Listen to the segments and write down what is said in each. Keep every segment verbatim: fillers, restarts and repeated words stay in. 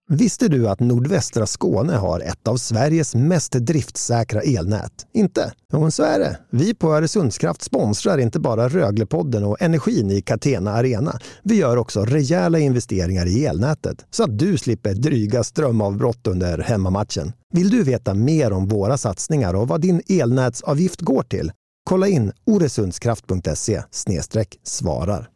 Visste du att nordvästra Skåne har ett av Sveriges mest driftsäkra elnät? Inte? Jo, så är det. Vi på Öresundskraft sponsrar inte bara Röglepodden och energin i Catena Arena. Vi gör också rejäla investeringar i elnätet så att du slipper dryga strömavbrott under hemmamatchen. Vill du veta mer om våra satsningar och vad din elnätsavgift går till? Kolla in oresundskraft punkt se snedstreck svarar.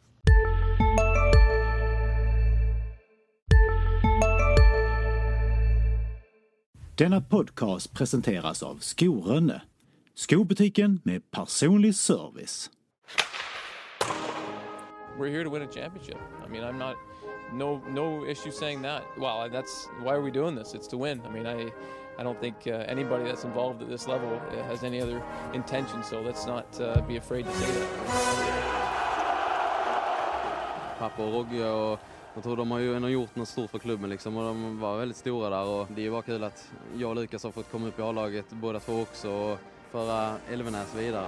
Denna podcast presenteras av Skorönne, skobutiken med personlig service. We're here to win a championship. I mean, I'm not no no issue saying that. Well, that's why are we doing this? It's to win. I mean, I I don't think uh, anybody that's involved at this level uh, has any other intention, so let's not uh, be afraid to say that. Pappa och Rogge, och jag tror de har ju ändå gjort något stort för klubben liksom, och de var väldigt stora där, och det är ju bara kul att jag och Lukas har fått komma upp i A-laget båda två också och föra Elvenäs vidare.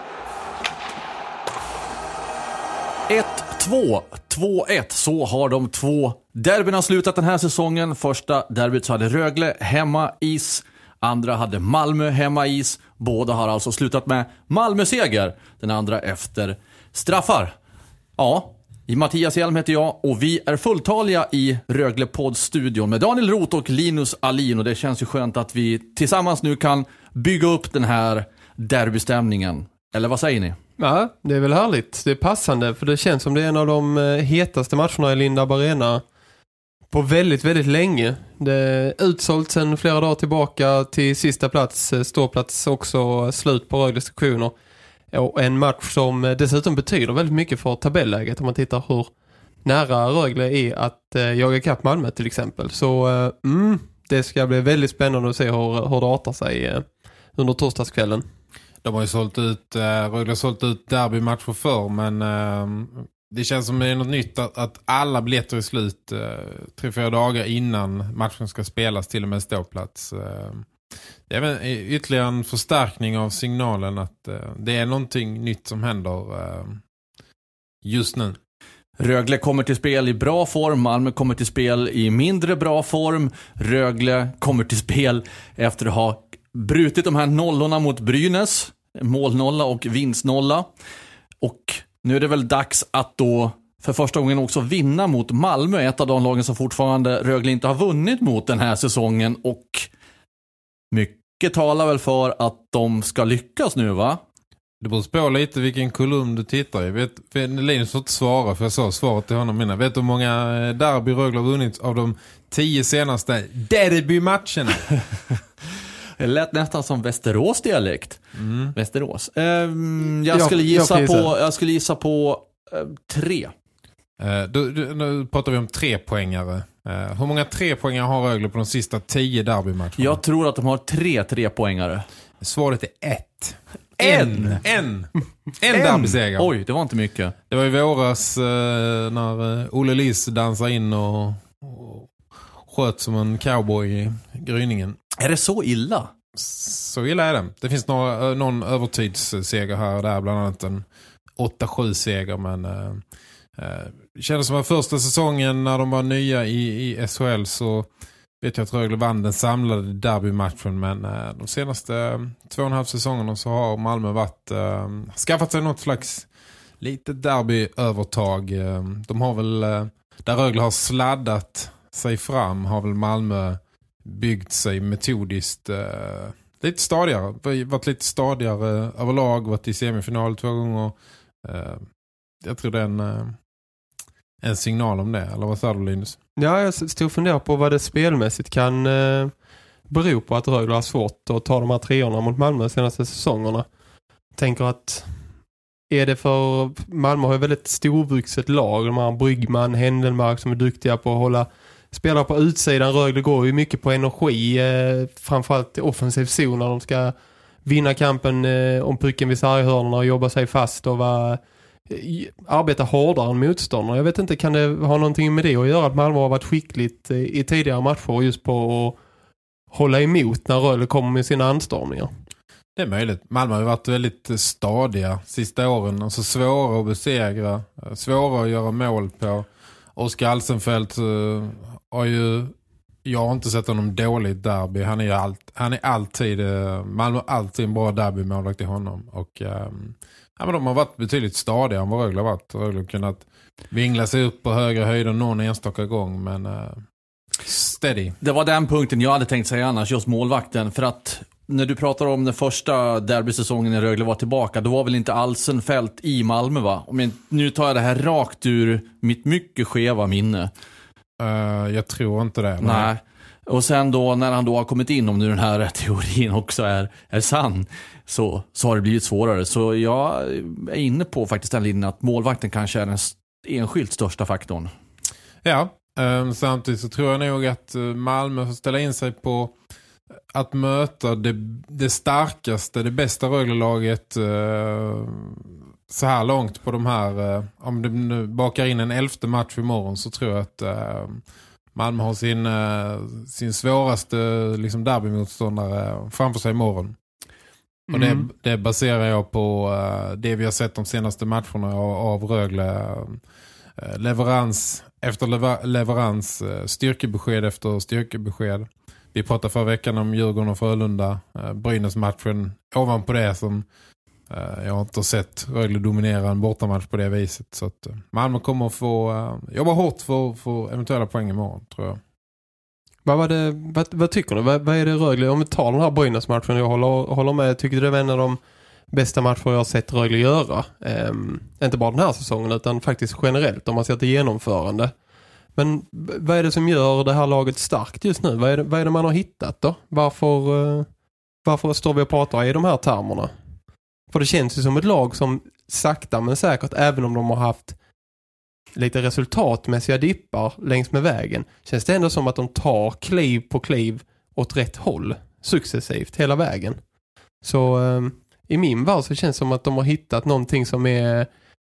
ett två, två ett, så har de två derbyna slutat den här säsongen. Första derbyt så hade Rögle hemma is, andra hade Malmö hemma is. Båda har alltså slutat med Malmö-seger, den andra efter straffar. Ja, Mattias Hjelm heter jag och vi är fulltaliga i Röglepodd-studion med Daniel Roth och Linus Alin, och det känns ju skönt att vi tillsammans nu kan bygga upp den här derbystämningen. Eller vad säger ni? Ja, det är väl härligt. Det är passande, för det känns som det är en av de hetaste matcherna i Lindab Arena på väldigt, väldigt länge. Det är utsålt sedan flera dagar tillbaka till sista plats, ståplats också, slut på Rögles sektioner. Och en match som dessutom betyder väldigt mycket för tabelläget om man tittar hur nära Rögle är att eh, jaga kapp Malmö till exempel. Så eh, mm, det ska bli väldigt spännande att se hur, hur det artar sig eh, under torsdagskvällen. De har ju sålt ut, eh, Rögle har sålt ut derbymatcher förr, men eh, det känns som det är något nytt att, att alla biljetter är slut eh, tre, fyra dagar innan matchen ska spelas, till och med ståplats. Eh, Det är väl ytterligare en förstärkning av signalen att uh, det är någonting nytt som händer uh, just nu. Rögle kommer till spel i bra form, Malmö kommer till spel i mindre bra form. Rögle kommer till spel efter att ha brutit de här nollorna mot Brynäs, målnolla och vinstnolla. Och nu är det väl dags att då för första gången också vinna mot Malmö, ett av de lagen som fortfarande Rögle inte har vunnit mot den här säsongen, och mycket talar väl för att de ska lyckas nu, va? Det beror på lite vilken kolumn du tittar i. Vet, Linus får inte svara, för jag sa svaret till honom innan. Vet du hur många derby Rögle har vunnit av de tio senaste derbymatcherna? Det lät nästan som Västerås dialekt. Mm. Västerås. Um, jag, jag, skulle gissa jag, på, jag skulle gissa på uh, tre. Uh, då, då, nu pratar vi om tre poängare. Uh, hur många tre poängare har Rögle på de sista tio derbymatcherna? Jag tror att de har tre tre poängare. Svaret är ett. En! En! En, en derbyseger. Oj, det var inte mycket. Det var i våras uh, när uh, Olle Liss dansade in och, och sköt som en cowboy i gryningen. Är det så illa? Så illa är det. Det finns några, någon övertidsseger här och där, bland annat en åtta sju seger, men uh, uh, det kändes som att första säsongen när de var nya i, i S H L så vet jag att Rögle vann den samlade derbymatchen, men uh, de senaste uh, två och en halv säsongerna så har Malmö varit, uh, skaffat sig något slags lite derbyövertag. Uh, de har väl, uh, där Rögle har sladdat sig fram, har väl Malmö byggt sig metodiskt uh, lite stadigare, varit lite stadigare överlag, varit i semifinal två gånger. Uh, jag tror det är en, uh, en signal om det, eller vad sa du, Linus? Ja, jag stod och funderade på vad det spelmässigt kan uh, bero på att Rögle har svårt att ta de här treorna mot Malmö de senaste säsongerna. Tänker att är det för Malmö har ju väldigt storvuxet lag, de har Bryggman, Händelmark som är duktiga på att hålla spelare på utsidan. Rögle går ju mycket på energi, eh, framförallt i offensiv zon när de ska vinna kampen eh, om pucken vid sarghörnorna och jobba sig fast och vara, eh, arbeta hårdare än motståndare. Jag vet inte, kan det ha någonting med det att göra att Malmö har varit skickligt eh, i tidigare matcher just på att hålla emot när Rögle kommer med sina anstormningar? Det är möjligt. Malmö har varit väldigt stadiga sista åren, alltså svåra att besegra, svåra att göra mål på. Oskar Alsenfelt uh, har ju jag har inte sett honom dåligt derby. Han är ju allt, han är alltid, Malmö har alltid en bra derbymålvakt till honom. Och um, ja, men de har varit betydligt stadiga än vad Rögle har varit. Rögle har kunnat vingla sig upp på högre höjder någon enstaka gång, men uh, steady. Det var den punkten jag hade tänkt säga annars, just målvakten. För att när du pratar om den första derbysäsongen när Rögle var tillbaka, då var väl inte Alsenfelt i Malmö, va? Men nu tar jag det här rakt ur mitt mycket skeva minne. Uh, jag tror inte det. Nej. nej. Och sen då när han då har kommit in, om nu den här teorin också är, är sann, så, så har det blivit svårare. Så jag är inne på faktiskt den linjen att målvakten kanske är den enskilt största faktorn. Ja, um, samtidigt så tror jag nog att Malmö får ställa in sig på att möta det, det starkaste, det bästa Rögle-laget uh, så här långt på de här, uh, om det nu bakar in en elfte match imorgon, så tror jag att uh, Malmö har sin, uh, sin svåraste liksom derbymotståndare framför sig imorgon. Mm. Och det, det baserar jag på uh, det vi har sett de senaste matcherna av, av Rögle. Uh, leverans efter lever, leverans, uh, styrkebesked efter styrkebesked. Vi pratade förra veckan om Djurgården och Frölunda. Uh, Brynäs-matchen ovanpå det som uh, jag har inte sett Rögle dominera en bortamatch på det viset. Så att uh, Malmö kommer att få uh, jobba hårt för, för eventuella poäng imorgon, tror jag. Vad, var det, vad, vad tycker du? Vad, vad är det Rögle? Om vi tar den här Brynäs-matchen, jag håller, håller med. Jag tycker det är en av de bästa matcher jag har sett Rögle göra. Um, inte bara den här säsongen utan faktiskt generellt om man ser till genomförande. Men vad är det som gör det här laget starkt just nu? Vad är det, vad är det man har hittat då? Varför, uh, varför står vi och pratar i de här termerna? För det känns ju som ett lag som sakta men säkert, även om de har haft lite resultatmässiga dippar längs med vägen, känns det ändå som att de tar kliv på kliv åt rätt håll successivt hela vägen. Så um, i min värld så känns det som att de har hittat någonting som är,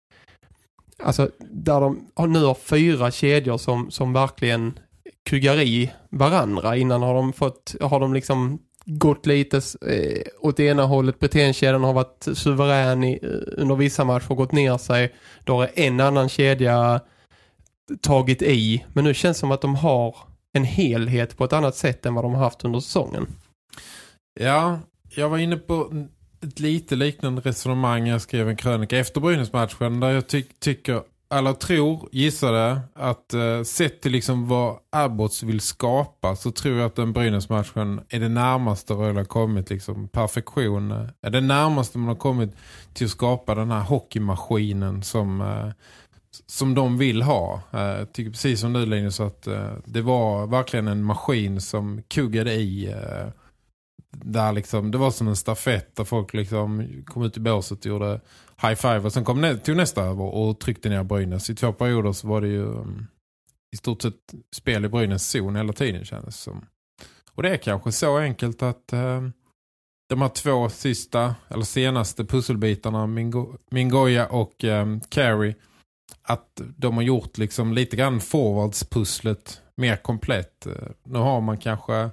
alltså där de nu har fyra kedjor som, som verkligen kuggar i varandra. Innan har de fått, har de liksom gått lite eh, åt det ena hållet. Bretén-kedjan har varit suverän i, under vissa matcher, gått ner sig. Då har en annan kedja tagit i. Men nu känns det som att de har en helhet på ett annat sätt än vad de har haft under säsongen. Ja, jag var inne på ett lite liknande resonemang. Jag skrev en krönika efter Brynäs-matchen där jag ty- tycker, alla tror, gissade att eh, sett till liksom vad Abbots vill skapa, så tror jag att den Brynäs-matchen är det närmaste Rögle har kommit liksom perfektion. Är det närmaste man har kommit till att skapa den här hockeymaskinen som, eh, som de vill ha. Eh, jag tycker precis som du, Linus, att eh, det var verkligen en maskin som kuggade i eh, där liksom, det var som en stafett där folk liksom kom ut i båset och gjorde high five och sen kom nä- till nästa över och tryckte ner Brynäs. I två perioder så var det ju um, i stort sett spel i Brynäs zon hela tiden, kändes som. Och det är kanske så enkelt att uh, de här två sista eller senaste pusselbitarna, Mingo- Mingoya och um, Carey, att de har gjort liksom lite grann forwardspusslet mer komplett. Uh, nu har man kanske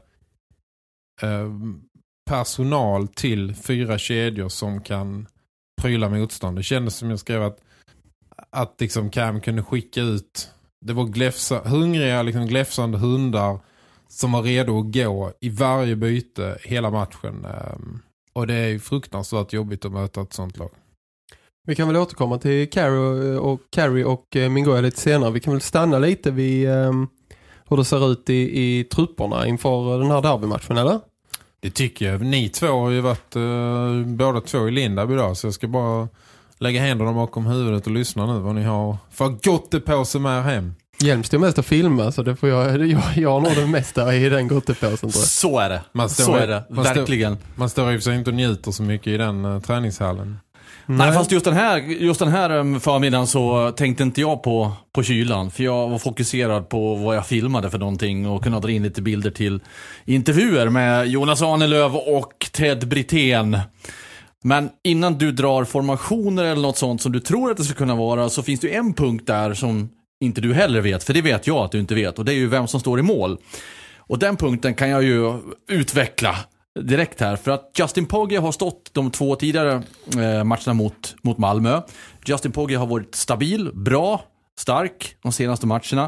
personal till fyra kedjor som kan pryla motstånd. Det kändes som jag skrev att att liksom Cam kunde skicka ut, det var gläfsa, hungriga liksom gläfsande hundar som var redo att gå i varje byte hela matchen. Och det är fruktansvärt jobbigt att möta ett sånt lag. Vi kan väl återkomma till Carey och, Carey och Mingoya lite senare. Vi kan väl stanna lite vid um, hur det ser ut i, i trupperna inför den här derbymatchen, eller? Det tycker jag. Ni två har ju varit uh, båda två i Lindab idag, så jag ska bara lägga händerna bakom huvudet och lyssna nu vad ni har för gott det på sig med hem. Hjälms det mest att filma, så det får jag, jag, jag har nog det mesta i den gottepåsen, tror jag. Så är det. Man står, så är det. man Verkligen. Står, man står i och för sig inte och njuter så mycket i den uh, träningshallen. Nej. Nej, fast just den här, just den här förmiddagen så tänkte inte jag på, på kylan. För jag var fokuserad på vad jag filmade för någonting och kunde dra in lite bilder till intervjuer med Jonas Ahnelöv och Ted Britén. Men innan du drar formationer eller något sånt som du tror att det ska kunna vara, så finns det en punkt där som inte du heller vet. För det vet jag att du inte vet. Och det är ju vem som står i mål. Och den punkten kan jag ju utveckla direkt här, för att Justin Pogge har stått de två tidigare eh, matcherna mot, mot Malmö. Justin Pogge har varit stabil, bra, stark de senaste matcherna.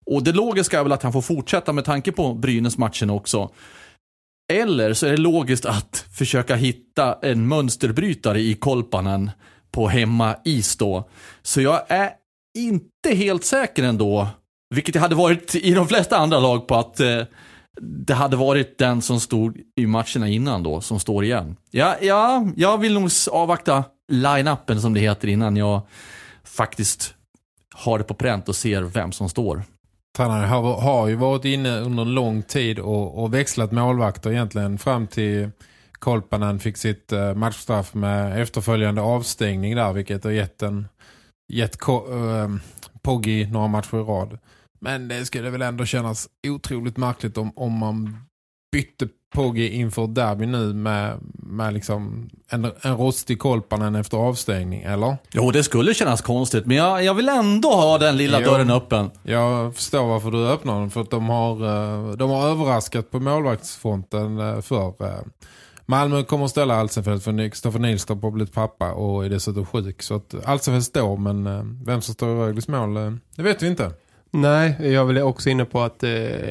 Och det logiska är väl att han får fortsätta med tanke på Brynäs-matchen också. Eller så är det logiskt att försöka hitta en mönsterbrytare i Kolpanen på hemma is då. Så jag är inte helt säker ändå, vilket det hade varit i de flesta andra lag, på att eh, det hade varit den som stod i matcherna innan då, som står igen. Ja, ja, jag vill nog avvakta line-upen som det heter innan jag faktiskt har det på pränt och ser vem som står. Tränaren har, har ju varit inne under en lång tid och, och växlat målvakter egentligen fram till Kolpanen fick sitt uh, matchstraff med efterföljande avstängning där, vilket har gett en gett uh, Poggi några matcher i rad. Men det skulle väl ändå kännas otroligt märkligt om, om man bytte Poggi inför derby nu med, med liksom en, en rostig Kolpanen efter avstängning, eller? Jo, det skulle kännas konstigt, men jag, jag vill ändå ha den lilla jo, dörren öppen. Jag förstår varför du öppnar den, för att de har, de har överraskat på målvaktsfronten för Malmö kommer att ställa Alsenfelt för Kristoffer Nilstorp har blivit pappa och är dessutom sjuk. Så att Alsenfelt står, men vem som står i Rögles mål, det vet vi inte. Nej, jag vill också inne på att eh,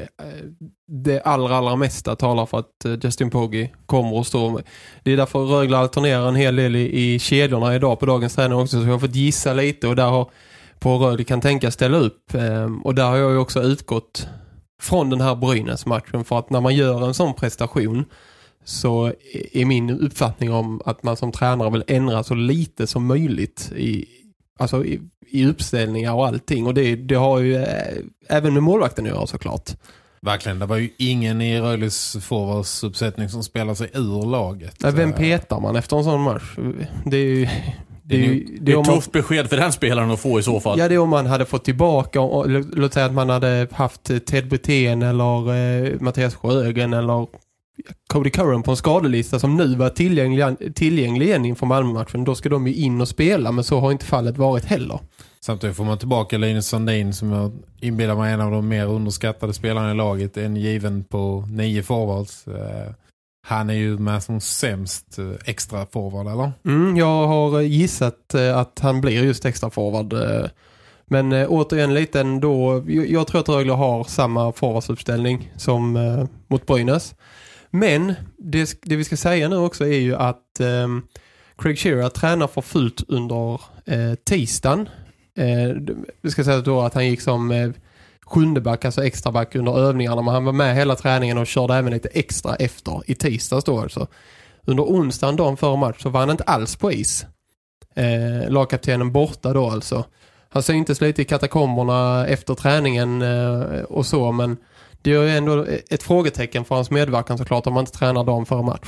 det allra, allra mesta talar för att eh, Justin Poggi kommer att stå. Det är därför Rögle alternerar en hel del i, i kedjorna idag på dagens träning också, så jag har fått gissa lite och där har på Rögle kan tänka ställa upp. Eh, och där har jag ju också utgått från den här Brynäs-matchen, för att när man gör en sån prestation så är min uppfattning om att man som tränare vill ändra så lite som möjligt i, alltså i, i uppställningar och allting. Och det, det har ju äh, även med målvakten att göra såklart. Verkligen, det var ju ingen i Rögles forwardsuppsättning som spelar sig ur laget. Nej, vem petar man efter en sån match? Det är ju... Det är, det är, det är ett tufft besked för den spelaren att få i så fall. Ja, det är om man hade fått tillbaka, och, låt säga att man hade haft Ted Brithén eller eh, Mattias Sjögren eller Cody Curran på en skadelista som nu var tillgänglig, tillgänglig igen inför Malmö-matchen. Då ska de ju in och spela, men så har inte fallet varit heller. Samtidigt får man tillbaka Linus Sandin som jag inbillar mig en av de mer underskattade spelarna i laget. En given på nio forwards. Eh, han är ju med som sämst eh, extra forward, eller? Mm, jag har gissat eh, att han blir just extra forward. Eh, men eh, återigen lite ändå. Jag, jag tror att Rögle har samma forwardsuppställning som eh, mot Brynäs. Men det, det vi ska säga nu också är ju att eh, Craig Shearer tränar för fullt under eh, tisdagen. Eh, vi ska säga då att han gick som eh, sjunde back, alltså extra back under övningarna, men han var med hela träningen och körde även lite extra efter i tisdags då alltså. Under onsdagen dagen före match så var han inte alls på is. Eh, lagkaptenen borta då alltså. Han syntes lite i katakomberna efter träningen eh, och så, men det är ju ändå ett frågetecken för hans medverkan såklart om man inte tränar dagen före match.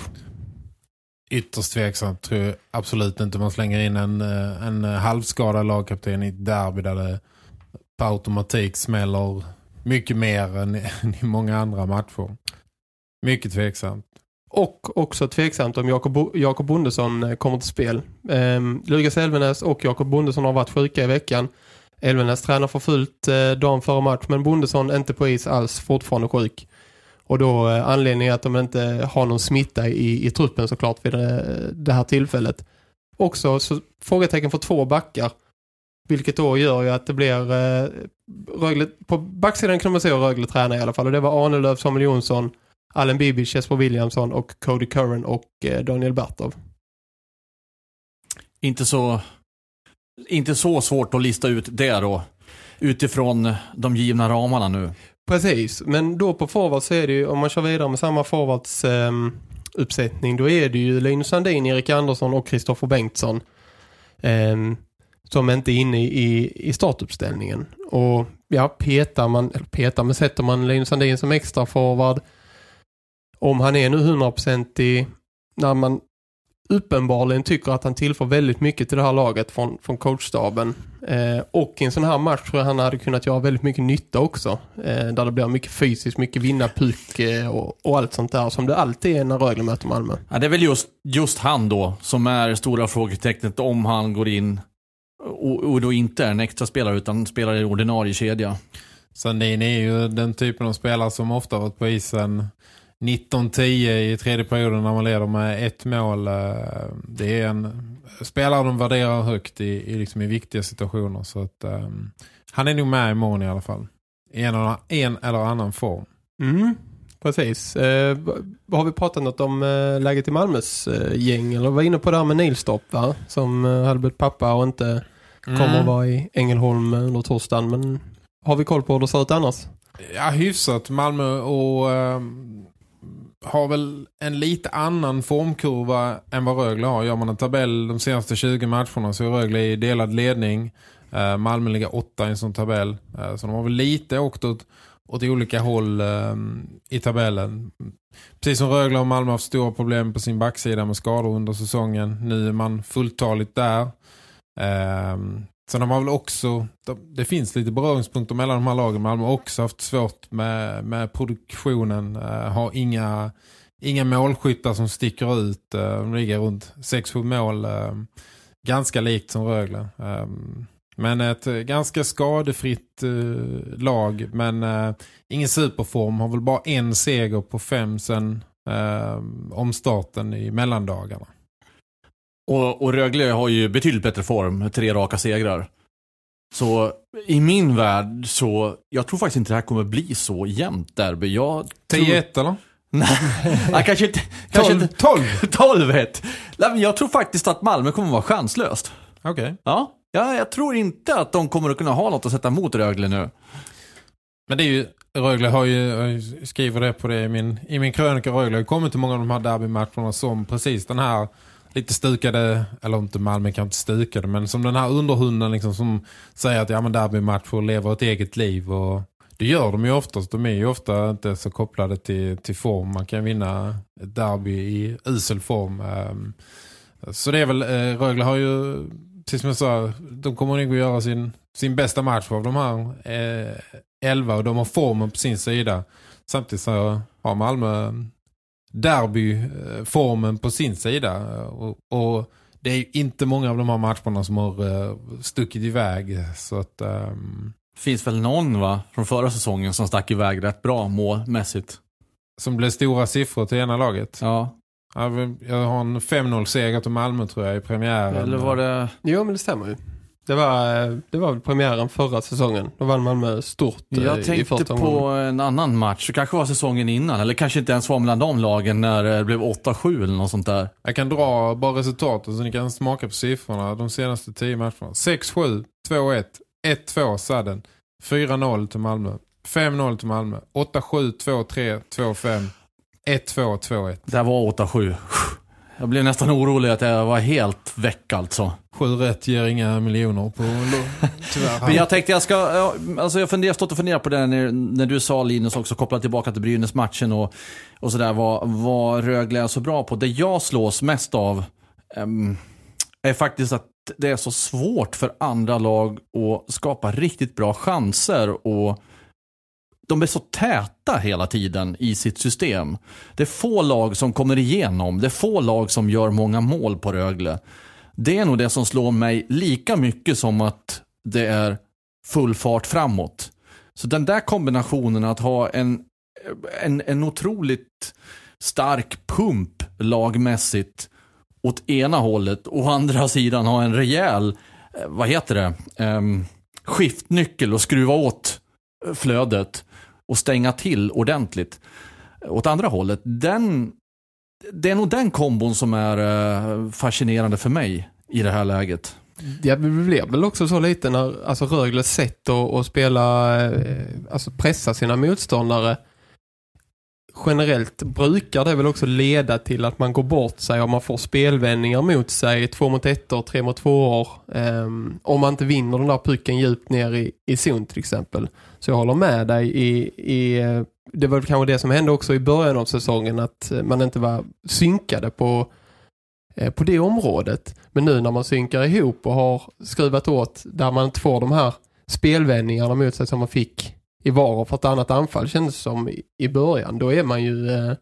Ytterst tveksamt, tror jag absolut inte man slänger in en, en halvskadad lagkapten i ett derby där det på automatik smäller mycket mer än i många andra matcher. Mycket tveksamt. Och också tveksamt om Jakob, Jakob Bondesson kommer till spel. Um, Lukas Elvenäs och Jakob Bondesson har varit sjuka i veckan. Elvenäs tränar för fullt eh, dagen före match, men Bondesson inte på is alls, fortfarande sjuk. Och då eh, anledningen att de inte har någon smitta i, i truppen såklart vid det, det här tillfället. Också så frågetecken för två backar. Vilket då gör ju att det blir eh, Rögle, på backsidan kan man se Rögle träna i alla fall. Och det var Arnelöv, Samuel Jonsson, Allen Bibic, Jesper Williamson och Cody Curran och eh, Daniel Bertov. Inte så, inte så svårt att lista ut det då. Utifrån de givna ramarna nu. Precis, men då på forward så är det ju, om man kör vidare med samma forwards eh, uppsättning, då är det ju Linus Sandin, Erik Andersson och Kristoffer Bengtsson eh, som inte är inne i, i startuppställningen. Och ja, petar man, eller petar men sätter man Linus Sandin som extra forward, om han är nu hundra procent i, när man uppenbarligen tycker att han tillför väldigt mycket till det här laget från, från coachstaben. Eh, och i en sån här match tror jag han hade kunnat göra väldigt mycket nytta också. Eh, där det blir mycket fysiskt, mycket vinna puck eh, och, och allt sånt där som det alltid är när Rögle möter Malmö. Ja, det är väl just, just han då som är stora frågetecknet om han går in och, och då inte är en extra spelare utan spelar i ordinarie kedja. Sandin är ju den typen av spelare som ofta varit på isen nitton tio i tredje perioden när man leder med ett mål. Det är en spelare de värderar högt i, i, liksom i viktiga situationer. Så att, um, han är nog med imorgon i alla fall. i en, en eller annan form. Mm, precis. Eh, har vi pratat något om eh, läget i Malmös eh, gäng? Eller var inne på det här med Nilstorp, va? Som eh, hade blivit pappa och inte mm. kommer att vara i Ängelholm under torsdagen. Men har vi koll på hur det ser ut annars? Ja, hyfsat. Malmö och eh, har väl en lite annan formkurva än vad Rögle har. Gör man en tabell de senaste tjugo matcherna så är Rögle i delad ledning. Eh, Malmö ligger åtta i en sån tabell. Eh, så de har väl lite åkt åt, åt olika håll eh, i tabellen. Precis som Rögle och Malmö har haft stora problem på sin backsida med skador under säsongen. Nu är man fulltaligt där. Eh, Sen har man väl också, det finns lite beröringspunkter mellan de här lagen. Malmö har också haft svårt med, med produktionen. Uh, har inga, inga målskyttar som sticker ut. Uh, de ligger runt sex sju mål. Uh, ganska likt som Rögle. Um, men ett uh, ganska skadefritt uh, lag. Men uh, ingen superform. Har väl bara en seger på fem sen uh, omstarten i mellandagarna. Och, och Rögle har ju betydligt bättre form, tre raka segrar. Så i min värld så, jag tror faktiskt inte det här kommer bli så jämnt derby. Jag tio ett eller? Nej, kanske inte. tolv tolv ett. Nej, men jag tror faktiskt att Malmö kommer vara chanslöst. Okej. Okay. Ja, ja, jag tror inte att de kommer att kunna ha något att sätta mot Rögle nu. Men det är ju, Rögle har ju, jag skriver det på det i min, i min krönika, Rögle har kommit till många av de här derbymatcherna som precis den här lite stukade, eller inte Malmö kan inte stukade, men som den här underhunden liksom, som säger att ja, men derbymatcher lever ett eget liv, och det gör de ju oftast. De är ju ofta inte så kopplade till, till form. Man kan vinna ett derby i usel form. Så det är väl, Rögle har ju, precis som jag sa, de kommer nog att göra sin, sin bästa match av de här eh, elva, och de har formen på sin sida. Samtidigt så har Malmö derbyformen på sin sida, och, och det är ju inte många av de här matcherna som har uh, stuckit iväg, så att um, finns väl någon, va, från förra säsongen som stack iväg rätt bra målmässigt, som blev stora siffror till ena laget. Ja. Jag har en fem noll seger till Malmö, tror jag, i premiären. Eller var det... Jo, men det stämmer ju. Det var, det var premiären förra säsongen. Då vann Malmö stort i första Jag tänkte på gången. En annan match. Det kanske var säsongen innan. Eller kanske inte ens var mellan de lagen när det blev åtta sju eller något sånt där. Jag kan dra bara resultatet så ni kan smaka på siffrorna. De senaste tio matcherna. sex sju, två ett, ett två Sadden, fyra noll till Malmö, fem noll till Malmö, åtta sju, två tre, två fem, ett två, två ett. Det var åtta sju. Jag blev nästan orolig att jag var helt väck alltså. Sju rätt ger inga miljoner på tyvärr. Men jag tänkte jag ska, alltså jag funderar, stått och funderat på det när, när du sa, Linus, också kopplat tillbaka till Brynäs-matchen och, och sådär, vad, vad Rögle är så bra på. Det jag slås mest av um, är faktiskt att det är så svårt för andra lag att skapa riktigt bra chanser, och de är så täta hela tiden i sitt system. Det är få lag som kommer igenom. Det är få lag som gör många mål på Rögle. Det är nog det som slår mig lika mycket som att det är full fart framåt. Så den där kombinationen att ha en, en, en otroligt stark pump lagmässigt åt ena hållet och å andra sidan ha en rejäl, vad heter det, um, skiftnyckel och skruva åt flödet och stänga till ordentligt åt andra hållet. Den, det är nog den kombon som är uh, fascinerande för mig i det här läget. Det blir väl också så lite när alltså Rögles sätt att, att spela, eh, alltså pressa sina motståndare generellt brukar det väl också leda till att man går bort sig och man får spelvändningar mot sig, två mot ett och tre mot två år. Um, om man inte vinner den där pucken djupt ner i, i zon till exempel. Så jag håller med dig i, i det var kanske det som hände också i början av säsongen, att man inte var synkade på, eh, på det området. Men nu när man synkar ihop och har skruvat åt där man inte får de här spelvändningarna mot sig som man fick i var och för ett annat anfall, kändes som i början, då är man ju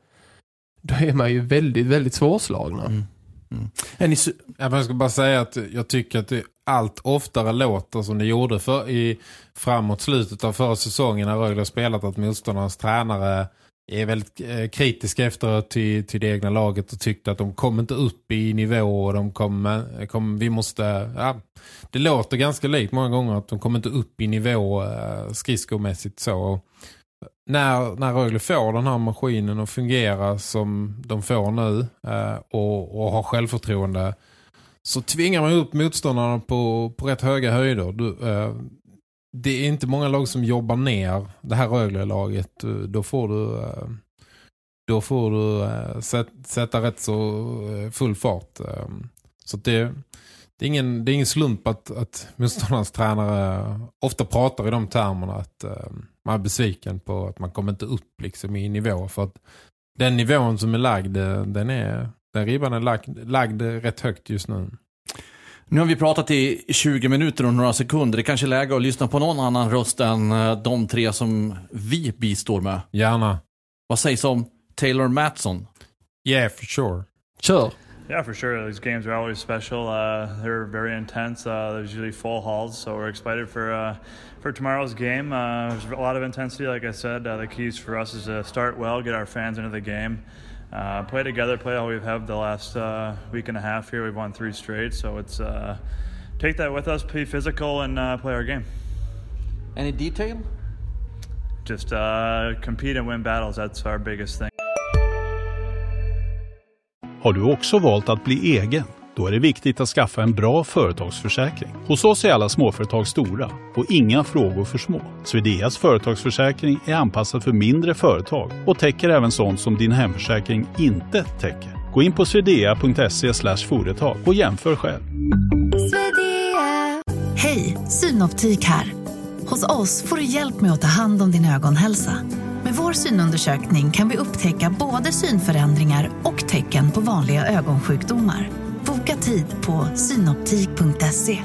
då är man ju väldigt, väldigt svårslagna. Mm. Mm. Är ni su- jag ska bara säga att jag tycker att det allt oftare låter som det gjorde för i framåt slutet av förra säsongen när Rögle spelat, att motståndarnas tränare är väldigt eh, kritiska efteråt till, till det egna laget och tyckte att de kom inte upp i nivå och de kom, kom vi måste, ja, det låter ganska likt många gånger att de kommer inte upp i nivå eh, skridskomässigt så. Och när, när Rögle får den här maskinen att fungera som de får nu eh, och, och har självförtroende, så tvingar man upp motståndarna på, på rätt höga höjder. Du, eh, det är inte många lag som jobbar ner det här Rögle-laget. Då får du, eh, då får du eh, sätt, sätta rätt så full fart. Eh, så det, det, är ingen, det är ingen slump att, att motståndarnas tränare ofta pratar i de termerna att eh, man är besviken på att man kommer inte upp liksom i nivå. För att den nivån som är lagd, den är... Den ribban är lagd, lagd rätt högt just nu. Nu har vi pratat i tjugo minuter och några sekunder. Det är kanske är läge att lyssna på någon annan röst än de tre som vi bistår med. Gärna. Vad sägs om Taylor Matson? Yeah, for sure. Kör. Yeah, for sure. These games are always special. Uh, they're very intense. Uh, there's usually full halls, so we're excited for uh, for tomorrow's game. Uh, there's a lot of intensity, like I said. Uh, the keys for us is to start well, get our fans into the game. Uh, play together, play how we've had the last uh, week and a half here. We've won three straight, so it's uh, take that with us, be physical, and uh, play our game. Any detail? Just uh, compete and win battles. That's our biggest thing. Har du också valt att bli egen? Då är det viktigt att skaffa en bra företagsförsäkring. Hos oss är alla småföretag stora och inga frågor för små. Swedeas företagsförsäkring är anpassad för mindre företag och täcker även sånt som din hemförsäkring inte täcker. Gå in på swedea punkt se slash företag och jämför själv. Hej, Synoptik här. Hos oss får du hjälp med att ta hand om din ögonhälsa. Med vår synundersökning kan vi upptäcka både synförändringar och tecken på vanliga ögonsjukdomar. Boka tid på synoptik punkt se.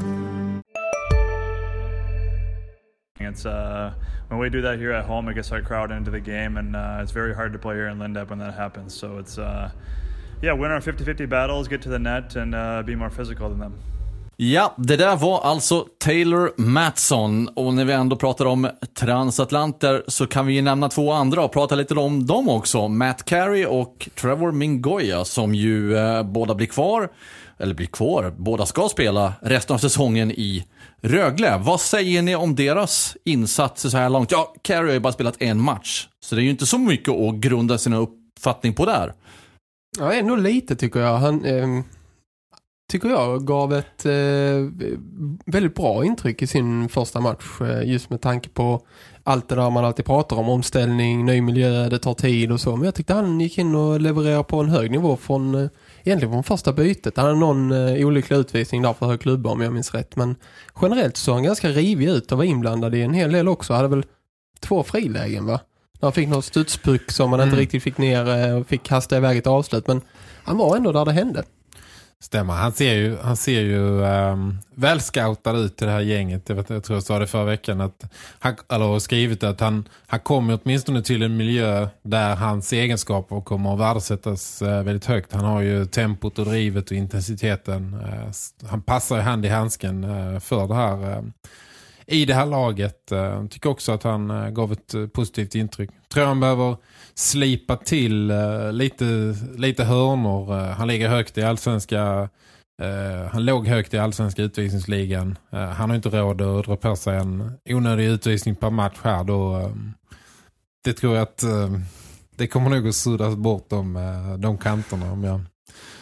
It's uh, when we do that here at home, it gets our crowd into the game, and uh, it's very hard to play here in Lindab when that happens. So it's uh, yeah, win our fifty fifty battles, get to the net, and uh, be more physical than them. Ja, det där var alltså Taylor Matson. Och när vi ändå pratar om transatlanter så kan vi ju nämna två andra och prata lite om dem också. Matt Carey och Trevor Mingoya som ju eh, båda blir kvar, eller blir kvar, båda ska spela resten av säsongen i Rögle. Vad säger ni om deras insatser så här långt? Ja, Carey har ju bara spelat en match, så det är ju inte så mycket att grunda sina uppfattning på där. Ja, ändå lite tycker jag. Han... Eh... tycker jag gav ett eh, väldigt bra intryck i sin första match. Eh, just med tanke på allt det där man alltid pratar om. Omställning, ny miljö, det tar tid och så. Men jag tyckte han gick in och levererade på en hög nivå från, eh, egentligen från första bytet. Han hade någon eh, olycklig utvisning där för hög klubba om jag minns rätt. Men generellt så han ganska rivig ut och var inblandad i en hel del också. Han hade väl två frilägen va? Han fick någon studspuck som man mm. inte riktigt fick ner och fick kasta iväg ett avslut. Men han var ändå där det hände. Stämmer, han ser ju, han ser ju um, välscoutad ut i det här gänget. Jag, vet, jag tror jag sa det förra veckan att han, eller skrivit att han, han kommer åtminstone till en miljö där hans egenskaper kommer att värdesättas uh, väldigt högt. Han har ju tempot och drivet och intensiteten. Uh, han passar ju hand i handsken uh, för det här uh, i det här laget. Jag uh, tycker också att han uh, gav ett uh, positivt intryck. Tror han behöver slipa till uh, lite, lite hörnor. Uh, han ligger högt i allsvenska uh, han låg högt i allsvenska utvisningsligan. Uh, han har inte råd att dra på sig en onödig utvisning per match här. Då, uh, det tror jag att uh, det kommer nog att suddas bort de, uh, de kanterna. Om jag...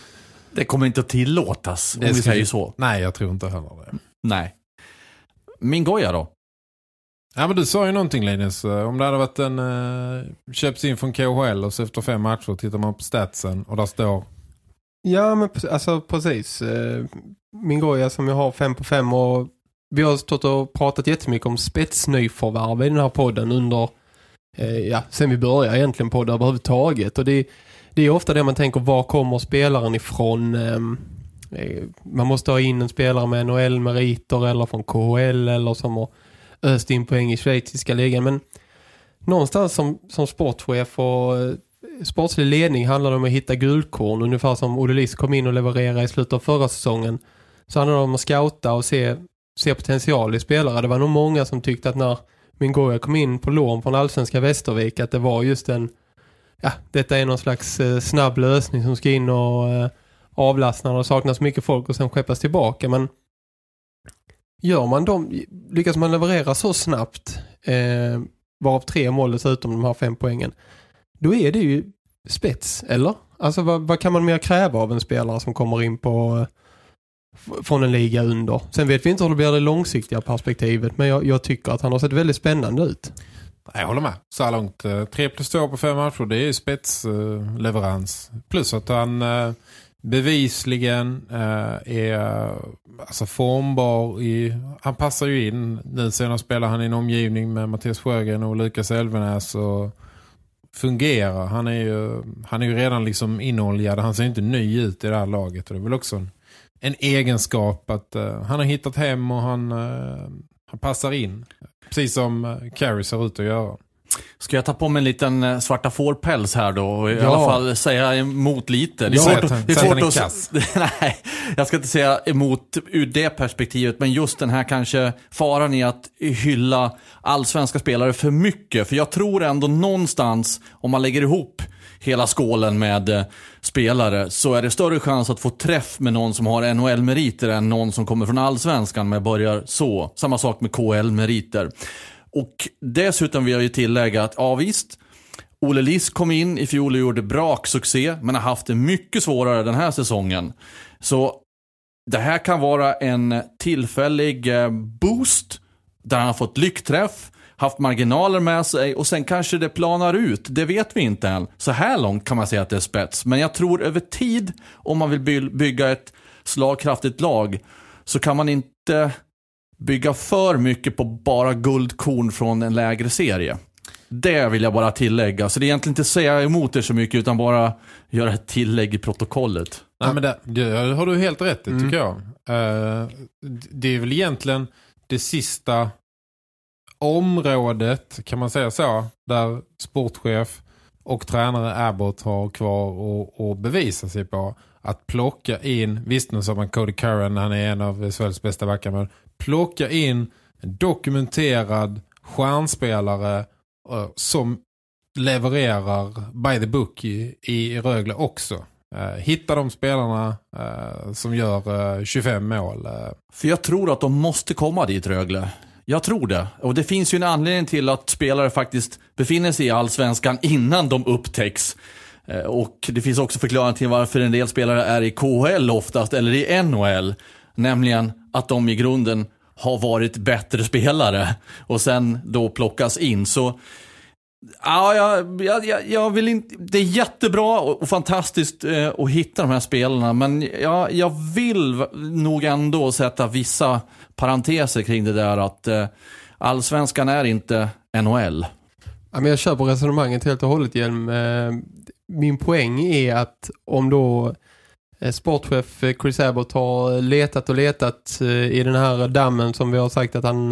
Det kommer inte att tillåtas om det vi säger jag... så. Nej, jag tror inte heller det. Nej. Mingoya då? Ja, men du sa ju någonting, Linus. Om det hade varit en uh, köps in från K H L och så efter fem matcher tittar man på statsen och där står... Ja, men alltså precis. Uh, Mingoya som jag har fem på fem och vi har stått och pratat jättemycket om spetsnyförvärv i den här podden under, uh, ja, sen vi började egentligen podden överhuvudtaget. Och det, det är ofta det man tänker, var kommer spelaren ifrån... Um, man måste ha in en spelare med N H L-meriter eller från K H L eller som har öst in poäng i schweiziska ligan. Men någonstans som, som sportchef och sportslig ledning handlar det om att hitta guldkorn. Ungefär som Olle Liss kom in och levererade i slutet av förra säsongen. Så handlar det om att scouta och se, se potential i spelare. Det var nog många som tyckte att när Mingoya kom in på lån från allsvenska Västervik att det var just en ja, detta är någon slags eh, snabb lösning som ska in och eh, avlastna och saknas mycket folk och sen skeppas tillbaka. Men gör man dem, lyckas man leverera så snabbt eh, varav tre mål dessutom de här fem poängen, då är det ju spets, eller? Alltså vad, vad kan man mer kräva av en spelare som kommer in på f- från en liga under? Sen vet vi inte hur det blir det långsiktiga perspektivet, men jag, jag tycker att han har sett väldigt spännande ut. Jag håller med. Så här långt. tre plus två på fem matcher, det är ju spetsleverans. Plus att han eh, bevisligen eh, är alltså formbar i, han passar ju in. Nu senare spelar han i en omgivning med Mattias Sjögren och Lukas Elvenäs och fungerar. Han är ju, han är ju redan liksom inoljad. Han ser inte ny ut i det här laget. Och det är väl också en, en egenskap att uh, han har hittat hem och han, uh, han passar in. Precis som uh, Carey ser ut att göra. Ska jag ta på mig en liten svarta fårpäls här då och i ja. alla fall säga emot lite? Det är ja, svårt, att, det är svårt att, att nej, jag ska inte säga emot ur det perspektivet, men just den här kanske faran i att hylla allsvenska spelare för mycket, för jag tror ändå någonstans om man lägger ihop hela skålen med eh, spelare så är det större chans att få träff med någon som har N H L-meriter än någon som kommer från allsvenskan med börjar så. Samma sak med K L-meriter. Och dessutom vill jag ju tillägga att ja visst, Olle Liss kom in i fjol och gjorde bra succé, men har haft det mycket svårare den här säsongen. Så det här kan vara en tillfällig boost där han har fått lyckträff, haft marginaler med sig och sen kanske det planar ut. Det vet vi inte än. Så här långt kan man säga att det är spets. Men jag tror över tid, om man vill bygga ett slagkraftigt lag, så kan man inte bygga för mycket på bara guldkorn från en lägre serie. Det vill jag bara tillägga. Så det är egentligen inte säga emot det så mycket utan bara göra ett tillägg i protokollet. Nej, men det, det har du helt rätt i, mm. tycker jag. Uh, det är väl egentligen det sista området, kan man säga så, där sportchef och tränare Abbott har kvar och, och bevisa sig på att plocka in, visst nu sa man Cody Curran, han är en av Sveriges bästa backar, men plocka in en dokumenterad stjärnspelare uh, som levererar by the book i, i Rögle också. Uh, hitta de spelarna uh, som gör uh, tjugofem mål. Uh. För jag tror att de måste komma dit, Rögle. Jag tror det. Och det finns ju en anledning till att spelare faktiskt befinner sig i allsvenskan innan de upptäcks. Uh, och det finns också förklaring till varför en del spelare är i K H L oftast eller i N H L. Nämligen att de i grunden har varit bättre spelare och sen då plockas in. Så ja, jag, jag, jag vill inte, det är jättebra och, och fantastiskt eh, att hitta de här spelarna, men jag, jag vill nog ändå sätta vissa parenteser kring det där att eh, allsvenskan är inte N H L. Ja, men jag köper resonemanget helt och hållet, Hjelm. Min poäng är att om då sportchef Chris Abbott har letat och letat i den här dammen som vi har sagt att han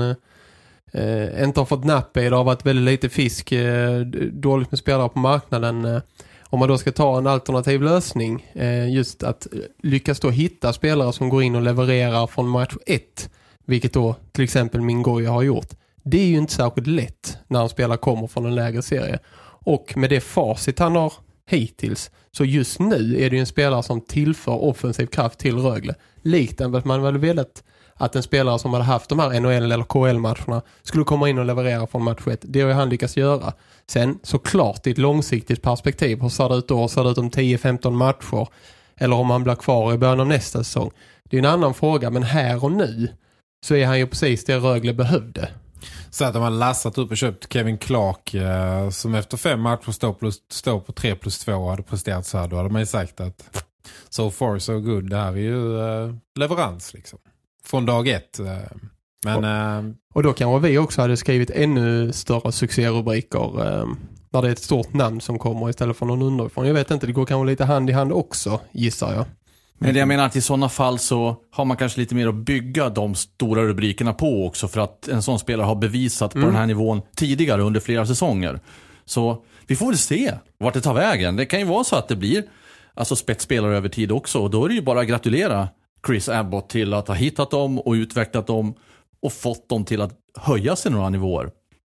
eh, inte har fått napp i. Det har varit väldigt lite fisk, eh, dåligt med spelare på marknaden. Eh, om man då ska ta en alternativ lösning, eh, just att lyckas då hitta spelare som går in och levererar från match ett, vilket då till exempel Mingoya har gjort. Det är ju inte särskilt lätt när en spelare kommer från en lägre serie. Och med det facit han har hittills, så just nu är det ju en spelare som tillför offensiv kraft till Rögle. Likt än att man väl velat att en spelare som hade haft de här N H L eller K L-matcherna skulle komma in och leverera från match ett. Det har ju han lyckats göra. Sen såklart i ett långsiktigt perspektiv, hur ser det ut då? Hur ser det ut om tio femton matcher? Eller om han blir kvar i början av nästa säsong? Det är en annan fråga, men här och nu så är han ju precis det Rögle behövde. Så att de har lassat upp och köpt Kevin Clark eh, som efter fem matcher står, plus, står på tre plus två och hade presterat så här. Då hade man ju sagt att so far so good, det här är ju eh, leverans liksom. Från dag ett. Eh, men, och, eh, och då kanske vi också hade skrivit ännu större succérubriker eh, när det är ett stort namn som kommer istället för någon underifrån. Jag vet inte, det går kanske lite hand i hand också, gissar jag. Men det jag menar att i sådana fall så har man kanske lite mer att bygga de stora rubrikerna på också, för att en sån spelare har bevisat på mm. den här nivån tidigare under flera säsonger. Så vi får väl se vart det tar vägen. Det kan ju vara så att det blir alltså spetsspelare över tid också, och då är det ju bara att gratulera Chris Abbott till att ha hittat dem och utvecklat dem och fått dem till att höja sig några nivåer. Ja,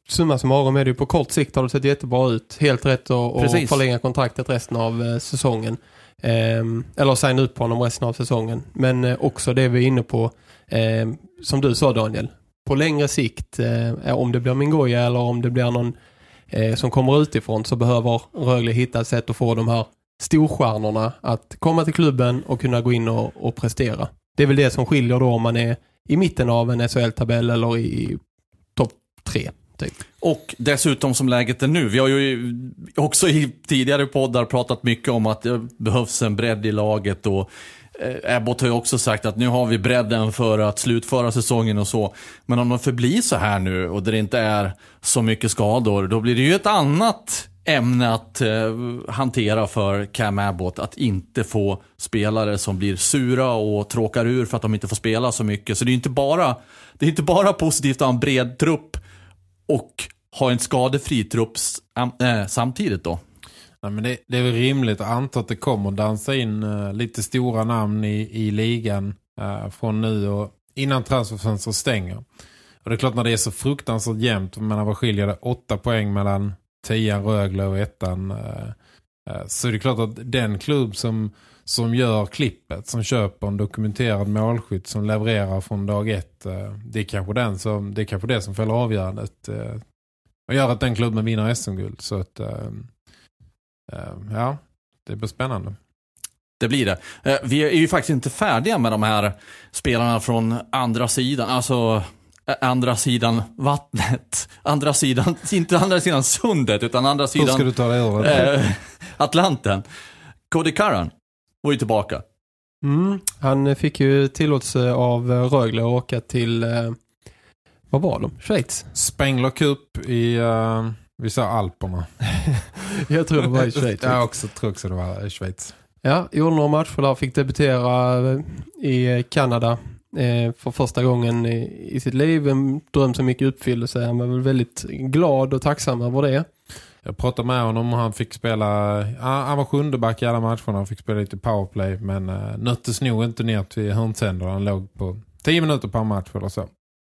summa summarum är det ju på kort sikt har det sett jättebra ut. Helt rätt att och förlänga kontraktet resten av eh, säsongen. Eh, eller signa ut på honom resten av säsongen. Men eh, också det vi är inne på, eh, som du sa Daniel, på längre sikt, eh, om det blir Mingoja eller om det blir någon eh, som kommer utifrån, så behöver Rögle hitta ett sätt att få de här storstjärnorna att komma till klubben och kunna gå in och, och prestera. Det är väl det som skiljer då om man är i mitten av en S H L-tabell eller i topp tre. Typ. Och dessutom som läget är nu, vi har ju också i tidigare poddar pratat mycket om att det behövs en bredd i laget, och eh, Abbott har ju också sagt att nu har vi bredden för att slutföra säsongen och så. Men om de förblir så här nu och det inte är så mycket skador, då blir det ju ett annat ämne att eh, hantera för Cam Abbott, att inte få spelare som blir sura och tråkar ur för att de inte får spela så mycket. Så det är inte bara, det är inte bara positivt att ha en bred trupp och ha en skadefri trupp äh, samtidigt då. Ja, men det, det är väl rimligt att anta att det kommer att dansa in uh, lite stora namn i, i ligan uh, från nu och innan transferfönstret stänger. Och det är klart, när det är så fruktansvärt jämnt, men vad skiljer det? Åtta poäng mellan tian Rögle och ettan. Uh, uh, så det är klart att den klubb som, som gör klippet, som köper en dokumenterad målskytt, som levererar från dag ett, uh, det är kanske den som, det är kanske det som fäller avgörandet uh, och gör att den klubben vinner S M-guld. Så att uh, uh, ja, det blir spännande. Det blir det. Uh, vi är ju faktiskt inte färdiga med de här spelarna från andra sidan, alltså andra sidan vattnet, andra sidan, inte andra sidan sundet, utan andra sidan. Hur ska du ta det över? Uh, Atlanten. Cody Curran var ju tillbaka. Mm, han fick ju tillåtelse av Rögle att åka till uh, vad var de? Schweiz. Spengler Cup i uh, vissa Alperna. Jag tror det var i Schweiz. Jag också tror också det var i Schweiz. Ja, gjorde några matcher där, fick debutera i Kanada eh, för första gången i, i sitt liv. En dröm som gick i uppfyllelse. Han var väl väldigt glad och tacksam över det. Jag pratade med honom och han fick spela, han var sjunde back i alla matcherna. Han fick spela lite powerplay, men uh, nöttes nog inte ner till hörnsänder. Han låg på tio minuter per match eller så.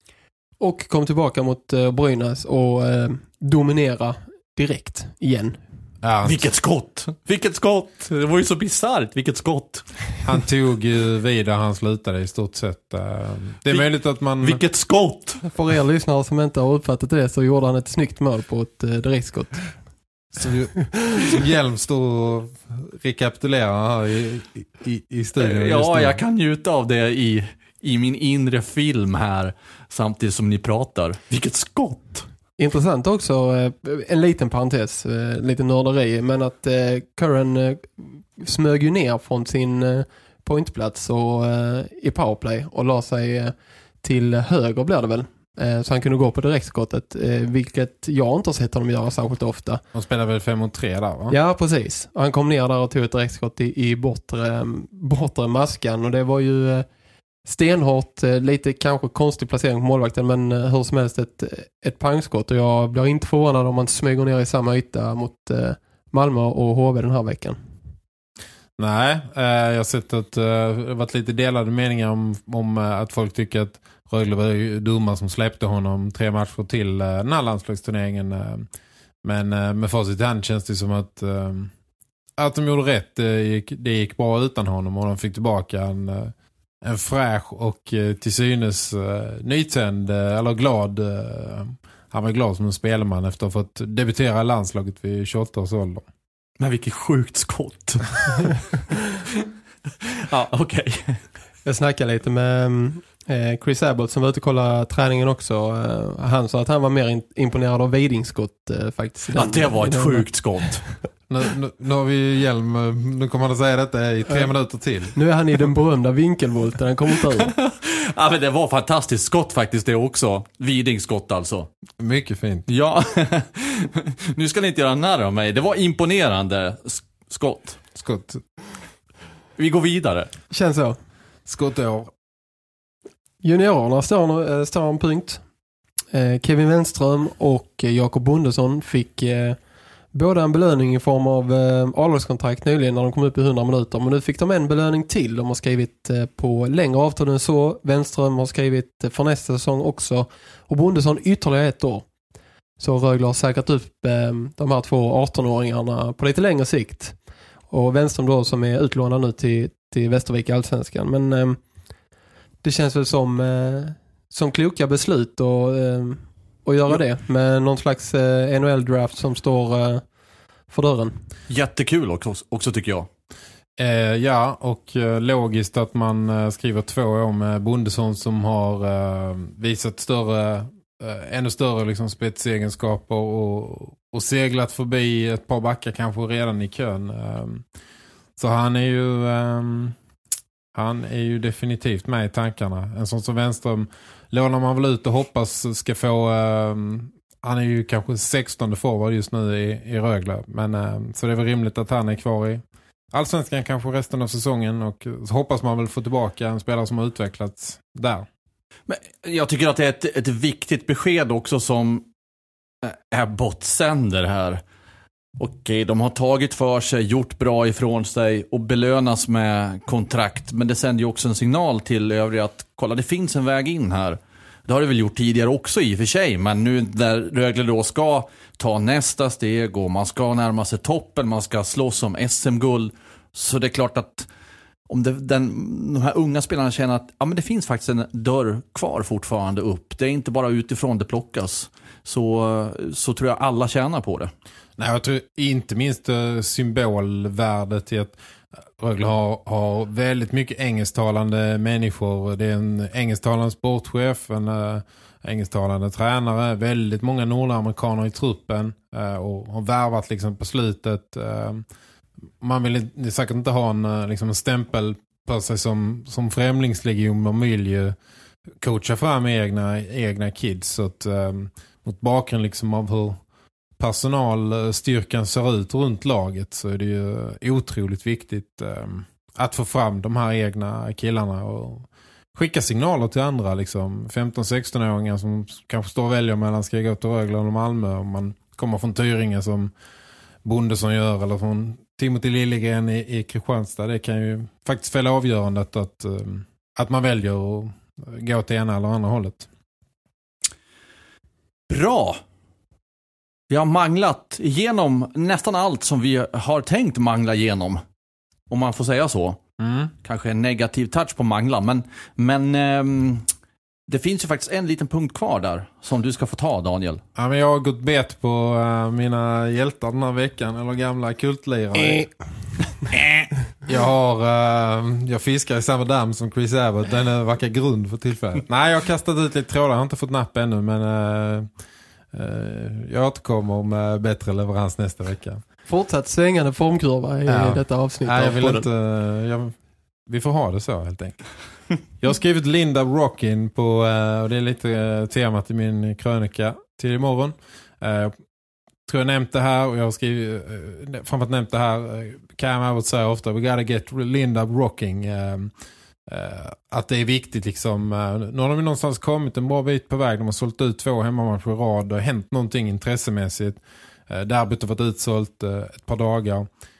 Och kom tillbaka mot uh, Brynäs och uh, dominera direkt igen. Ja, vilket skott! Vilket skott! Det var ju så bizarrt, vilket skott! Han tog ju vidare, han slutade i stort sett. Det är Vil- möjligt att man... Vilket skott! För er lyssnare som inte har uppfattat det, så gjorde han ett snyggt mål på ett uh, direktskott. Som, som Hjelm står och rekapitulerar här i, i, i studion. Ja, jag kan njuta av det i, i min inre film här samtidigt som ni pratar. Vilket skott! Intressant också, en liten parentes, lite nörderi, men att Curran smög ju ner från sin pointplats och, i powerplay och la sig till höger blir det väl. Så han kunde gå på direktskottet, vilket jag inte har sett honom göra särskilt ofta. Han spelar väl fem mot tre där, va? Ja, precis. Han kom ner där och tog ett direktskott i, i bortre, bortre maskan, och det var ju stenhårt, lite kanske konstig placering på målvakten, men hur som helst ett, ett pangskott, och jag blir inte förvånad om man smyger ner i samma yta mot Malmö och H V den här veckan. Nej, eh, jag har sett att eh, det har varit lite delade meningar om, om eh, att folk tycker att Rögle var dumma som släppte honom tre matcher till eh, den här landslagsturneringen. Eh, men eh, med facit i hand känns det som att, eh, att de gjorde rätt. Det gick, det gick bra utan honom, och de fick tillbaka en, en fräsch och eh, till synes eh, nytänd eh, eller glad. Eh, han var glad som en spelman efter att ha fått debutera i landslaget vid tjugoåtta års ålder. Men vilket sjukt skott. Ja, okej. Okay. Jag snackade lite med eh, Chris Abbott som var ute och kollade träningen också. Eh, han sa att han var mer in, imponerad av Vidingskott eh, faktiskt. Ja, det var ett sjukt skott. Nu, nu, nu har vi Hjelm, nu kommer han att säga detta i tre minuter till. Nu är han i den berömda vinkelvolten, han kommer inte ut. Ja, men det var fantastiskt skott faktiskt det också. Vidingskott alltså. Mycket fint. Ja, nu ska ni inte göra narr av mig. Det var imponerande skott. Skott. Vi går vidare. Känns så. Skottår. Juniorerna står, står en punkt. Eh, Kevin Wenström och Jakob Bondesson fick eh, båda en belöning i form av eh, A-lagskontrakt nyligen när de kom upp i hundra minuter. Men nu fick de en belöning till. De har skrivit eh, på längre avtal än så. Wenström har skrivit eh, för nästa säsong också. Och Bondesson ytterligare ett år. så Rögle har säkrat upp eh, de här två arton-åringarna på lite längre sikt. Och Wenström då som är utlånad nu till, till Västervik i Allsvenskan. Men eh, det känns väl som, eh, som kloka beslut och, eh, att göra det med någon slags eh, N H L-draft som står eh, för dörren. Jättekul också, också tycker jag. Eh, ja, och eh, logiskt att man eh, skriver två år med Bondesson som har eh, visat större, eh, ännu större liksom, spetsegenskaper och, och seglat förbi ett par backar kanske redan i kön. Eh, så han är ju eh, han är ju definitivt med i tankarna. En sån som Wenström lånar man väl ut och hoppas ska få... Eh, han är ju kanske sextonde forward just nu i, i Rögle. Men, eh, så det är väl rimligt att han är kvar i Allsvenskan kanske resten av säsongen. Och så hoppas man väl få tillbaka en spelare som har utvecklats där. Men jag tycker att det är ett, ett viktigt besked också som Abbott sänder här. Okej, de har tagit för sig, gjort bra ifrån sig och belönas med kontrakt. Men det sänder ju också en signal till övriga att kolla, det finns en väg in här. Det har det väl gjort tidigare också i och för sig. Men nu när Rögle då ska ta nästa steg och man ska närma sig toppen, man ska slåss om S M-guld. Så det är klart att om det, den, de här unga spelarna känner att ja, men det finns faktiskt en dörr kvar fortfarande upp. Det är inte bara utifrån det plockas. Så, så tror jag alla tjänar på det. Nej, jag tror inte minst uh, symbolvärdet i att Rögle har, har väldigt mycket engelsktalande människor. Det är en engelsktalande sportchef, en uh, engelsktalande tränare, väldigt många nordamerikaner i truppen uh, och har värvat liksom på slutet. Uh, man vill det säkert inte ha en, uh, liksom en stämpel på sig som, som främlingslegion. Man vill ju coacha fram egna, egna kids. Så att, um, mot bakgrund liksom av hur personalstyrkan ser ut runt laget så är det ju otroligt viktigt um, att få fram de här egna killarna och skicka signaler till andra liksom femton-sexton-åringar som kanske står och väljer mellan ska gå till Rögle eller Malmö om man kommer från Tyringe som Bondesson gör eller från Timothy Liljegren i, i Kristianstad. Det kan ju faktiskt fälla avgörandet att, um, att man väljer att gå till ena eller andra hållet. Bra! Vi har manglat igenom nästan allt som vi har tänkt mangla igenom. Om man får säga så. Mm. Kanske en negativ touch på mangla. Men, men ähm, det finns ju faktiskt en liten punkt kvar där som du ska få ta, Daniel. Ja, men jag har gått bet på uh, mina hjältar den här veckan. Eller gamla kultlirare. jag har uh, jag fiskar i samma damm som Chris Abbott. Den är verkar grund för tillfället. Nej, jag har kastat ut lite trådar. Jag har inte fått napp ännu, men... Uh, Uh, jag återkommer med bättre leverans nästa vecka. Fortsatt svängande formkurva i ja. detta avsnitt. Nej, jag vill inte, jag, vi får ha det så helt enkelt. Jag har skrivit Linda Rockin på, uh, och det är lite uh, temat i min krönika till imorgon. Uh, jag tror jag nämnt det här och jag har skrivit, uh, framförallt nämnt det här, uh, Cam Abbott säger ofta, we gotta get Linda Rocking. Uh, Uh, att det är viktigt liksom, uh, nu har de någonstans kommit en bra bit på väg, de har sålt ut två hemmamatcher i rad, det har hänt någonting intressemässigt, uh, derbyt har varit utsålt uh, ett par dagar.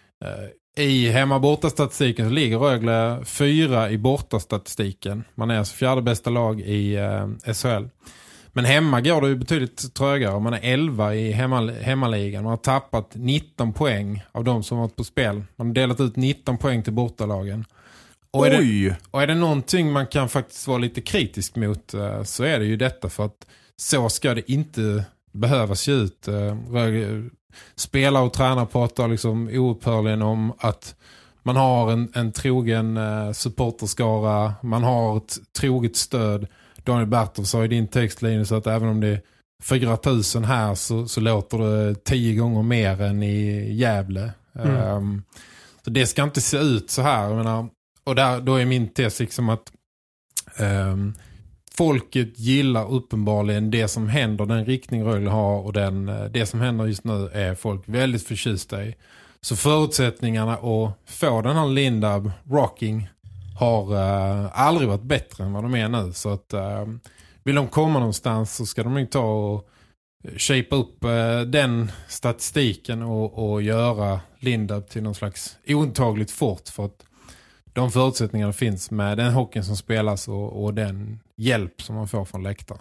Uh, i hemma-bortastatistiken så ligger Rögle fyra i bortastatistiken, man är alltså fjärde bästa lag i uh, S H L, men hemma går det ju betydligt trögare, man är elva i hemma, hemmaligan, man har tappat nitton poäng av de som varit på spel, man har delat ut nitton poäng till bortalagen. Och är, det, och är det någonting man kan faktiskt vara lite kritisk mot så är det ju detta, för att så ska det inte behöva se ut. Spelare och tränare pratar liksom oupphörligen om att man har en, en trogen supporterskara, man har ett troget stöd. Daniel Bertov sa i din textlinje så att även om det är fyra tusen här så, så låter det tio gånger mer än i Gävle. Mm. Um, så det ska inte se ut så här, jag menar. Och där, då är min tes liksom att um, folket gillar uppenbarligen det som händer, den riktning Rögle har och den, det som händer just nu är folk väldigt förtjusta i. Så förutsättningarna att få den här Linda Rocking har uh, aldrig varit bättre än vad de är nu. Så att uh, vill de komma någonstans så ska de ju ta och shape upp uh, den statistiken och, och göra Linda till någon slags ointagligt fort, för att de förutsättningarna finns med den hockeyn som spelas och, och den hjälp som man får från läktaren.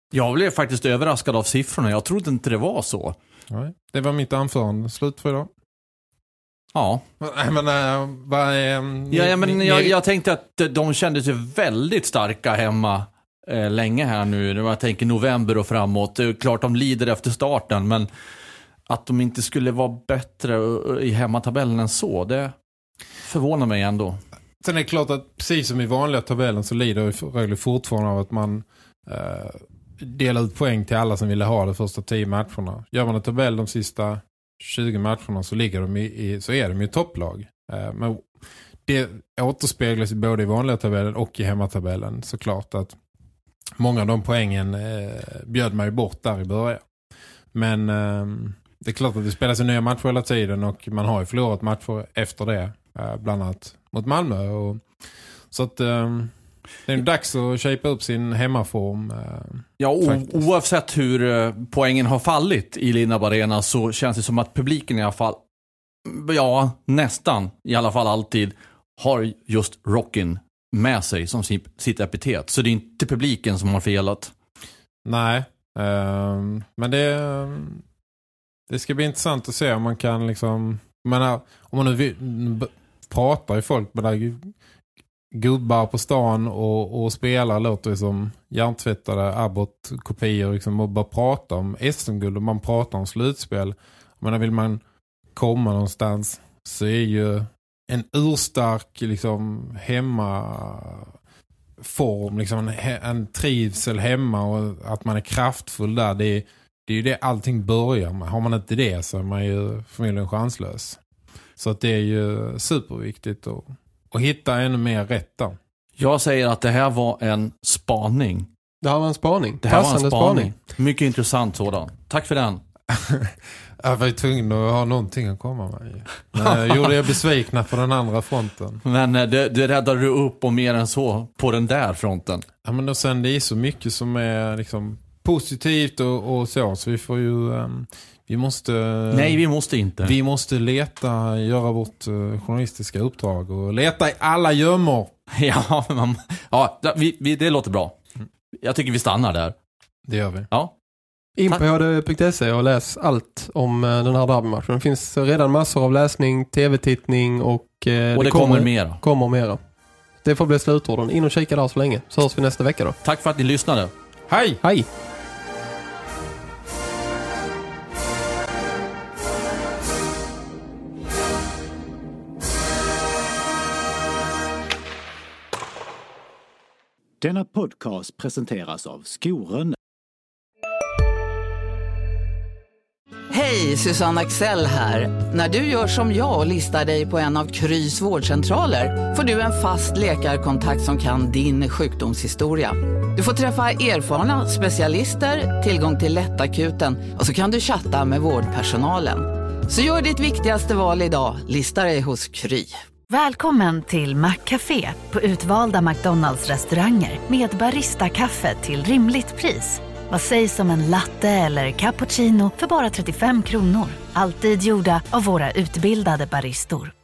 Jag blev faktiskt överraskad av siffrorna. Jag trodde inte det var så. Nej, det var mitt anförande. Slut för idag. Ja. Men, äh, vad är, ni, ja, ja, men ni, jag, ni... jag tänkte att de kände sig väldigt starka hemma eh, länge här nu. När jag tänker november och framåt. Det är klart de lider efter starten, men att de inte skulle vara bättre i hemmatabellen än så, det förvånar mig ändå. Sen är det klart att precis som i vanliga tabellen så lider Rögle fortfarande av att man eh, delar ut poäng till alla som ville ha de första tio matcherna. Gör man en tabell de sista tjugo matcherna så, ligger de i, i, så är de i topplag. Eh, men det återspeglas både i vanliga tabellen och i hemmatabellen såklart att många av de poängen eh, bjöd man ju bort där i början. Men eh, det är klart att det spelas en nya matcher hela tiden och man har ju förlorat matcher efter det. Bland annat mot Malmö. Och, så att um, det är dags att shapea upp sin hemmaform. Uh, ja, o- oavsett hur uh, poängen har fallit i Linnarp Arena så känns det som att publiken i alla fall, ja, nästan i alla fall alltid har just Rockin med sig som sitt, sitt epitet. Så det är inte publiken som har felat. Nej, um, men det, um, det ska bli intressant att se om man kan liksom... Men om man nu vill, pratar ju folk med där gubbar på stan och, och spelar låter det som hjärntvättade Abbott-kopior liksom, och bara prata om S M-guld och man pratar om slutspel. Men vill man komma någonstans så är ju en urstark liksom, hemmaform, liksom en, en trivsel hemma och att man är kraftfull där, det är Det är ju det allting börjar med. Har man inte det så är man ju förmodligen chanslös. Så att det är ju superviktigt att, att hitta ännu mer rätt då. Jag säger att det här var en spaning. Det här var en spaning. Det här Passande var en spaning. spaning. Mycket intressant sådan. Tack för den. Jag var ju tvungen att ha någonting att komma med. Jag gjorde jag besvikna på den andra fronten. Men det, det räddade du upp och mer än så på den där fronten. Ja, men då sen det är så mycket som är liksom positivt och, och så. Så vi får ju... Um, vi måste... Nej, vi måste inte. Vi måste leta, göra vårt uh, journalistiska uppdrag och leta i alla gömmor. Ja, man, ja vi, vi, det låter bra. Jag tycker vi stannar där. Det gör vi. Ja. In på h d punkt se och läs allt om den här derbymatchen. Det finns redan massor av läsning, tv-tittning och, eh, och det, det kommer, kommer mera. kommer mera. Det får bli slutorden. In och kika där så länge. Så hörs vi nästa vecka då. Tack för att ni lyssnade. Hej! Hej! Denna podcast presenteras av Skoren. Hej, Susanne Axel här. När du gör som jag och listar dig på en av Krys vårdcentraler får du en fast läkarkontakt som kan din sjukdomshistoria. Du får träffa erfarna specialister, tillgång till lättakuten och så kan du chatta med vårdpersonalen. Så gör ditt viktigaste val idag, lista dig hos Kry. Välkommen till Maccafé på utvalda McDonalds-restauranger med Barista-kaffe till rimligt pris. Vad sägs om en latte eller cappuccino för bara trettiofem kronor? Alltid gjorda av våra utbildade baristor.